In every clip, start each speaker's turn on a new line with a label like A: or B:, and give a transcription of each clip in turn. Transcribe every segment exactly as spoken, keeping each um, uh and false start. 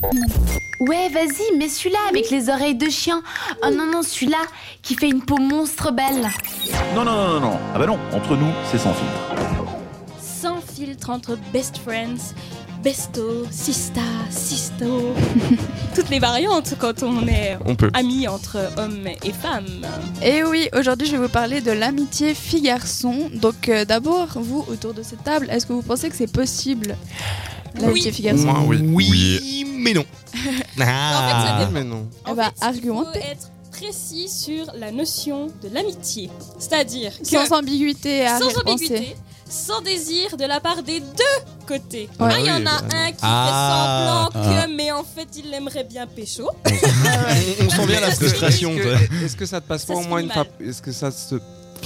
A: Ouais, vas-y, mets celui-là avec les oreilles de chien. Oh non, non, celui-là qui fait une peau monstre belle.
B: Non, non, non, non, non. Ah bah non, entre nous, c'est sans filtre.
C: Sans filtre entre best friends, besto, sista, sisto. Toutes les variantes quand on est
D: On peut.
C: amis entre hommes et femmes.
E: Et oui, aujourd'hui je vais vous parler de l'amitié fille-garçon. Donc euh, d'abord, vous, autour de cette table, est-ce que vous pensez que c'est possible l'amitié
C: Oui.
E: fille-garçon?
D: Moi, oui.
F: Oui, mais non.
C: En fait, ça dépend.
D: mais non.
C: En
E: Eh bah,
C: fait, il faut
E: argumentez.
C: être précis sur la notion de l'amitié. C'est-à-dire que
E: Sans ambiguïté, à
C: sans
E: arrière-pensée.
C: ambiguïté, sans désir de la part des deux côtés.
E: Ouais.
C: Ah, il y en
D: Oui,
C: a
D: bah,
C: un qui
F: Ah,
C: fait semblant
F: ah.
C: que, mais en fait, il aimerait bien pécho.
F: On, on sent bien la
D: Est-ce que-
F: frustration.
D: Est-ce
F: toi.
D: que, est-ce que ça te passe
C: Ça
D: pas au
C: se
D: moins
C: finit
D: une fois?
C: mal.
D: Est-ce que ça se.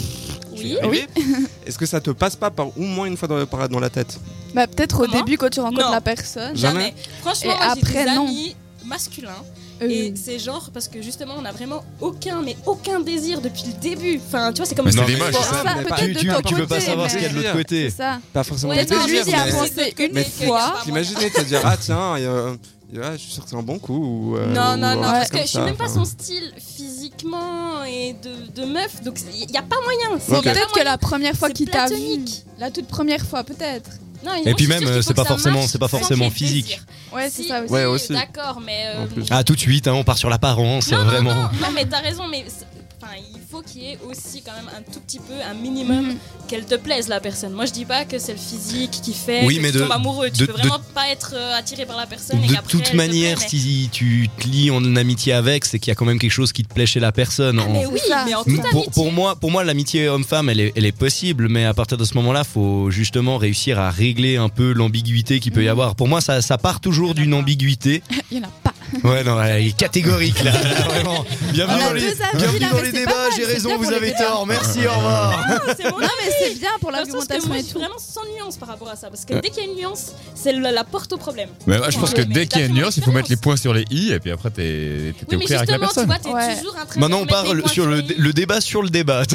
C: Oui.
E: Oui.
D: Est-ce que ça te passe pas par au moins une fois dans, par- dans la tête?
E: Bah peut-être au
C: Comment
E: début quand tu rencontres
C: Non.
E: la personne.
D: Jamais.
C: Jamais. Franchement,
E: Et
C: moi, j'ai
E: après,
C: des
E: non.
C: amis masculins.
E: Euh,
C: Et c'est genre parce que justement on a vraiment aucun mais aucun désir depuis le début. Enfin tu vois c'est comme
F: Mais
C: si
F: non,
C: c'était
F: mais
C: fort.
E: ça,
D: ça, mais
E: peut-être
D: pas-
F: Tu,
E: de
F: tu,
E: ton
F: tu veux pas
E: côté,
F: savoir ce
E: mais-
F: qu'il y a de l'autre côté.
E: C'est ça.
D: Pas forcément
C: Ouais,
D: des
C: non,
E: lui,
D: désirs,
E: il y a
D: mais.
E: pensé
C: c'est de
E: une
C: côté qu'il y a
E: fois.
C: pas
D: T'imaginer te dire ah tiens, il y a- il y a- je suis sûr que c'est un bon coup ou. euh,
C: Non,
D: ou
C: non,
D: un
C: non,
D: truc
C: parce que
D: comme
C: je suis
D: ça,
C: même pas
D: enfin.
C: son style physiquement et de, de meuf, donc il n'y a pas moyen. C'est-
D: Ok.
C: y a pas
E: Peut-être que
C: moyen.
E: la première fois
C: C'est
E: qu'il t'a vu,
C: platonique.
E: la toute première fois peut-être.
C: Non,
F: Et
C: moi,
F: puis
C: je suis
F: même,
C: sûre qu'il
F: euh,
C: faut
F: c'est
C: que
F: pas
C: ça
F: forcément-
C: marche
F: c'est pas
C: sans
F: forcément
C: qu'il y ait
F: physique.
C: désir.
E: Ouais,
C: Si,
E: c'est ça aussi.
D: Ouais,
C: oui,
D: aussi.
C: D'accord, mais. euh,
D: En plus.
F: Ah, tout de suite, hein, on part sur l'apparence,
C: non, non,
F: vraiment.
C: non, non, mais t'as raison, mais c'est- enfin, il faut qu'il y ait aussi quand même un tout petit peu, un minimum,
E: Mhm.
C: qu'elle te plaise la personne. Moi, je dis pas que c'est le physique qui fait
F: Oui,
C: que
F: mais
C: tu
F: de-
C: tombes amoureux. Tu
F: de-
C: peux
F: de-
C: vraiment pas être euh, attiré par la personne. et
F: De
C: qu'après,
F: toute
C: elle te
F: manière,
C: plaît, mais-
F: si tu te lis en amitié avec, c'est qu'il y a quand même quelque chose qui te plaît chez la personne.
C: Ah, mais
F: En-
C: oui,
E: C'est ça.
C: mais en toute
F: pour,
C: amitié.
F: pour moi, pour moi, l'amitié homme-femme, elle est, elle est possible, mais à partir de ce moment-là, faut justement réussir à régler un peu l'ambiguïté qu'il peut y avoir. Pour moi, ça, ça part toujours d'une ambiguïté.
E: Il y en a pas.
F: Ouais, non, elle est catégorique là, là, vraiment. Bienvenue
E: On a
F: dans les,
E: deux avis,
F: bienvenue
E: là,
F: dans
E: mais
F: les
E: c'est
F: débats.
E: pas mal,
F: J'ai
E: c'est
F: raison,
E: bien
F: vous
E: pour les
F: avez
E: débats.
F: tort. Merci, au revoir.
C: Non, c'est mon
E: Non mais c'est bien pour
C: Dans le sens que
E: l'argumentation
C: moi,
E: et
C: je suis
E: tout.
C: vraiment sans nuance par rapport à ça. Parce que dès qu'il y a une nuance, c'est la, la porte au problème.
G: Mais ouais, je pense que
C: Ouais, mais
G: dès qu'il y a une
C: d'après
G: nuance,
C: mon
G: il faut mettre les
C: expérience.
G: points sur les i et puis après t'es t'es
C: Oui,
G: au
C: mais
G: clair avec la
C: justement, tu
G: personne.
C: vois, t'es
E: Ouais.
C: toujours en train
F: Maintenant,
C: de
F: on
C: mettre des
F: parle
C: points
F: sur le,
C: les i.
F: le débat sur le débat.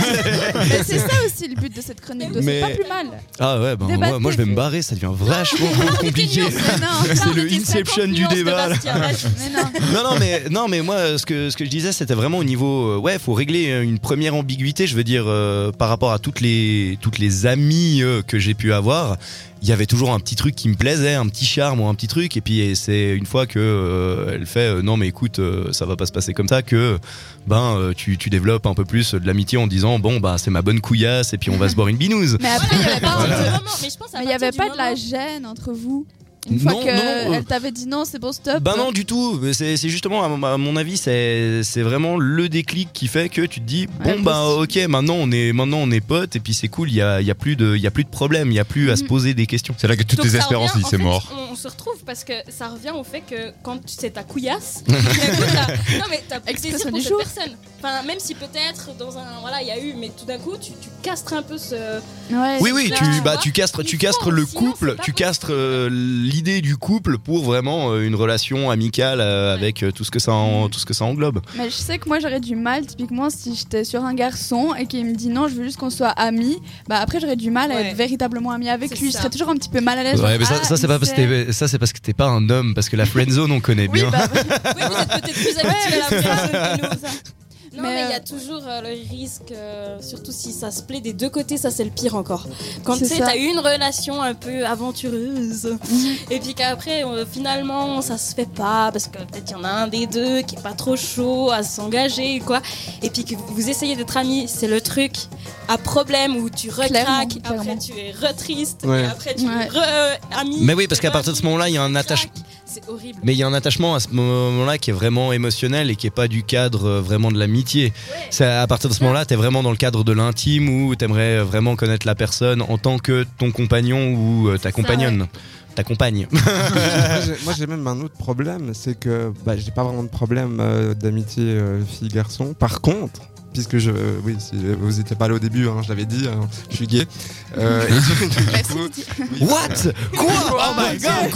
E: Mais c'est ça aussi le but de cette chronique, donc
F: Mais-
E: c'est pas plus mal.
F: Ah ouais, ben
E: Débattez.
F: moi, moi je vais me barrer, ça devient vachement compliqué.
E: Mais non,
F: C'est le
C: Arrêtez
F: Inception
C: cinquante
F: du
C: nuances de
F: débat. là.
C: Bastien, vas-y.
E: mais non.
F: Non, non, mais, non, mais moi, ce que, ce que je disais, c'était vraiment au niveau. euh, ouais, faut régler euh, une première ambiguïté, je veux dire, euh, par rapport à toutes les, toutes les amies euh, que j'ai pu avoir. Il y avait toujours un petit truc qui me plaisait, un petit charme ou un petit truc. Et puis, et c'est une fois que euh, elle fait euh, non, mais écoute, euh, ça va pas se passer comme ça, que ben, euh, tu, tu développes un peu plus de l'amitié en disant bon, bah, c'est ma bonne couillasse et puis on va se boire une binouse.
E: Mais après, il y avait pas,
C: Voilà.
E: entre-
C: Vraiment, mais je pense à
E: mais il y avait
C: partir
E: pas
C: du
E: de la
C: moment-
E: gêne entre vous. Une fois
F: Non,
E: qu'elle
F: non, non, euh,
E: t'avait dit non, c'est bon, stop.
F: Bah non du tout, c'est c'est justement à mon- à mon avis c'est c'est vraiment le déclic qui fait que tu te dis bon
E: Ouais,
F: bah ok maintenant on est maintenant on est potes et puis c'est cool, il y a il y a plus de il y a plus de problème, il y a plus à se
E: Mhm.
F: poser des questions.
G: C'est là que toutes
C: Donc
G: tes
C: ça
G: espérances
C: revient,
G: disent
C: en
G: c'est
C: fait,
G: mort.
C: On, on se retrouve parce que ça revient au fait que quand tu- c'est ta couillasse, tout d'un coup, t'as- non mais t'as plus de désir
E: Expression
C: pour
E: du
C: cette
E: jour.
C: personne. Enfin même si peut-être dans un voilà il y a eu, mais tout d'un coup tu, tu castres un peu ce.
E: Ouais.
F: Oui oui,
C: ça,
F: tu
C: tu
F: bah
C: vois.
F: tu castres tu
C: Il
F: castres
C: faut,
F: le
C: sinon,
F: couple,
C: c'est pas
F: tu
C: possible.
F: castres euh, l'idée du couple pour vraiment euh, une relation amicale euh, avec euh, tout ce que ça en- tout ce que ça englobe.
E: Mais je sais que moi j'aurais du mal, typiquement si j'étais sur un garçon et qu'il me dit non, je veux juste qu'on soit amis, bah après j'aurais du mal à
C: Ouais.
E: être véritablement amie avec
C: C'est
E: lui. Je
C: ça.
E: serais toujours un petit peu mal à l'aise.
F: Ouais,
E: genre,
F: mais ça,
E: ah,
F: ça c'est
E: il
F: pas parce
E: sait.
F: que t'es- ça c'est parce que t'es pas un homme, parce que la friendzone on connaît
E: Oui,
F: bien.
E: bah,
C: Oui vous êtes peut-être plus habitués à la personne que nous.
E: ça.
C: Non
E: Mais,
C: mais il y
E: euh,
C: a toujours euh, le risque, euh, surtout si ça se plaît des deux côtés, ça c'est le pire encore. Quand tu
E: C'est
C: sais
E: ça.
C: t'as eu une relation un peu aventureuse et puis qu'après euh, finalement ça se fait pas parce que peut-être il y en a un des deux qui est pas trop chaud à s'engager quoi, et puis que vous essayez d'être amis, c'est le truc à problème où tu recraques,
E: Clairement,
C: après
E: clairement.
C: tu es re-triste
D: Ouais.
C: et après tu
E: Ouais.
C: es re-ami.
F: Mais oui, parce qu'à partir de ce moment-là, il y a un attachement.
C: C'est horrible.
F: Mais il y a un attachement à ce moment-là qui est vraiment émotionnel et qui est pas du cadre euh, vraiment de l'amitié. C'est à partir de ce moment-là, t'es vraiment dans le cadre de l'intime où t'aimerais vraiment connaître la personne en tant que ton compagnon ou euh, ta compagnonne, ta compagne.
D: Moi, j'ai- Moi j'ai même un autre problème, c'est que bah, j'ai pas vraiment de problème euh, d'amitié euh, fille-garçon. Par contre, puisque je, euh, oui, si vous étiez pas là au début, hein, je l'avais dit, hein, je suis gay. Euh, et du- du
E: Merci,
D: coup-
E: Didier.
F: What? Quoi? Oh my god!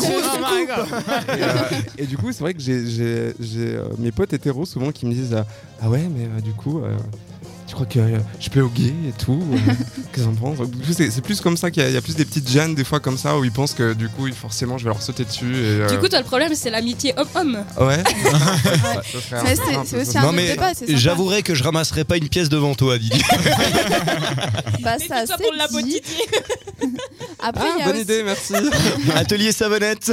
D: et, euh, et du coup, c'est vrai que j'ai, j'ai, j'ai, euh, mes potes hétéros souvent qui me disent euh, ah ouais, mais euh, du coup, euh, tu crois que euh, je peux au gay et tout euh, Qu'est-ce que t'en penses? c'est, c'est plus comme ça qu'il y a, il y a plus des petites gênes des fois comme ça où ils pensent que du coup forcément je vais leur sauter dessus. Et, euh...
C: Du coup, toi, le problème, c'est l'amitié homme-homme.
D: Ouais.
E: Mais c'est, c'est aussi un
F: Non
E: autre
F: mais
E: débat, c'est sympa.
F: j'avouerai que je ramasserai pas une pièce devant toi, Didier.
E: Bah,
C: Mais
E: ça,
C: toi
E: c'est
C: pour la
E: dit.
C: beauté.
E: Après,
D: Ah,
E: il y a
D: bonne
E: aussi...
D: idée, merci.
F: Atelier savonnette.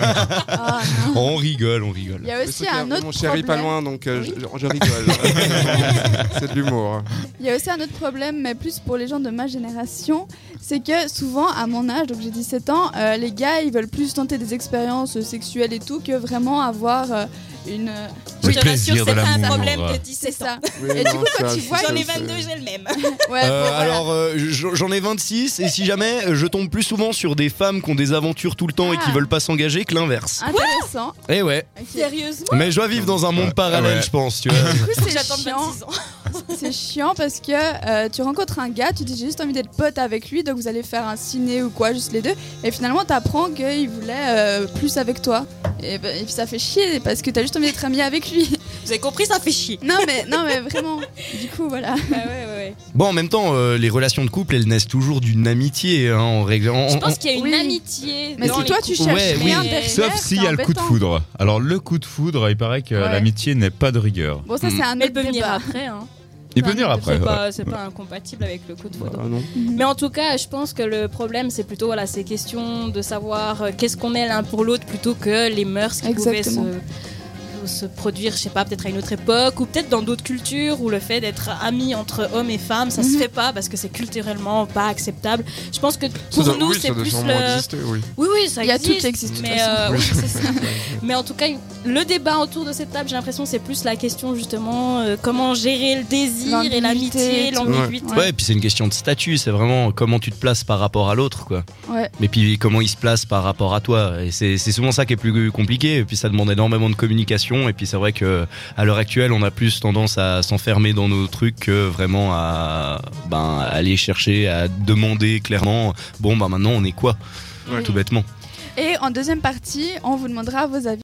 E: Ah, non.
F: On rigole, on rigole.
E: Il y a
D: Le
E: aussi
D: truc,
E: un
D: euh,
E: autre
D: mon chéri pas
E: problème.
D: loin, donc euh, je, je rigole. C'est de l'humour.
E: Il y a aussi un autre problème, mais plus pour les gens de ma génération, c'est que souvent, à mon âge, donc j'ai dix-sept ans, euh, les gars, ils veulent plus tenter des expériences sexuelles et tout que vraiment avoir euh, une... euh,
G: Le
C: Je te
G: plaisir
C: rassure,
G: de
C: c'est pas un
G: l'amour.
C: problème de
E: C'est
C: dix-sept
E: ça.
C: ans.
D: Oui,
E: Et du
D: non,
E: coup, quand
D: ça,
E: tu
D: c'est-
E: vois-
C: J'en
D: ça,
C: ai
D: c'est-
C: vingt-deux, j'ai le même.
E: Ouais,
F: Euh,
E: bon, voilà.
F: alors euh, j'en j'en ai vingt-six et si jamais euh, je tombe plus souvent sur des femmes qui ont des aventures tout le temps et qui
E: Ah.
F: veulent pas s'engager que l'inverse.
E: Intéressant.
F: Eh ouais.
E: Ok.
C: Sérieusement?
F: Mais je dois vivre dans un monde
G: Ouais.
F: parallèle,
G: Ouais.
F: je pense, tu vois.
E: Du coup, c'est
C: J'attends
E: chiant.
C: vingt-six ans.
E: C'est chiant parce que euh, tu rencontres un gars, tu dis j'ai juste envie d'être pote avec lui, donc vous allez faire un ciné ou quoi, juste les deux. Et finalement, t'apprends qu'il voulait euh, plus avec toi. Et, bah, et puis ça fait chier parce que t'as juste envie d'être ami avec lui.
C: Vous avez compris, ça fait chier.
E: Non mais, non mais vraiment. Du coup, voilà.
C: Ah ouais, ouais, ouais.
F: Bon, en même temps, euh, les relations de couple, elles naissent toujours d'une amitié, hein, en règle. en-
C: Je
F: en-
C: pense qu'il y a une
E: Oui.
C: amitié.
E: Mais
C: dans
E: si
C: les
E: toi tu
C: couples.
E: cherches
F: Ouais,
E: rien
F: oui.
E: derrière,
G: Sauf s'il y
E: c'est
G: a le coup de
E: embêtant.
G: foudre. Alors le coup de foudre, il paraît que
E: Ouais.
G: l'amitié n'est pas de rigueur.
E: Bon, ça c'est un
C: Mais
E: autre
C: elle peut venir
E: débat.
C: après. Hein.
G: Il peut venir après.
C: C'est
G: ouais.
C: pas, c'est pas incompatible avec le coup de foudre.
D: Bah, non.
C: Mais en tout cas, je pense que le problème, c'est plutôt voilà, ces questions de savoir euh, qu'est-ce qu'on est l'un pour l'autre plutôt que les mœurs qui
E: Exactement.
C: pouvaient se, se produire, je sais pas, peut-être à une autre époque ou peut-être dans d'autres cultures où le fait d'être amis entre hommes et femmes, ça se
E: Mhm.
C: fait pas parce que c'est culturellement pas acceptable. Je pense que
D: Ça
C: pour
D: doit-
C: nous,
D: oui,
C: c'est
D: ça doit
C: plus
D: sûrement
C: le.
D: exister, oui.
C: Oui, oui, ça
E: Il y a
C: existe.
E: tout qui existe, de toute
C: mais,
E: façon.
C: euh,
D: Oui.
C: oui, c'est ça. Mais en tout cas, le débat autour de cette table, j'ai l'impression, c'est plus la question justement euh, comment gérer le désir et
E: L'ambiguïté
C: l'amitié,
E: et tout.
C: l'ambiguïté.
F: Ouais, et puis c'est une question de statut, c'est vraiment comment tu te places par rapport à l'autre, quoi.
E: Ouais.
F: Mais puis comment il se place par rapport à toi. Et c'est c'est souvent ça qui est plus compliqué. Et puis ça demande énormément de communication. Et puis c'est vrai que à l'heure actuelle, on a plus tendance à s'enfermer dans nos trucs que vraiment à ben aller chercher, à demander clairement. Bon, bah maintenant on est quoi,
D: Ouais.
F: tout bêtement.
E: Et en deuxième partie, on vous demandera vos avis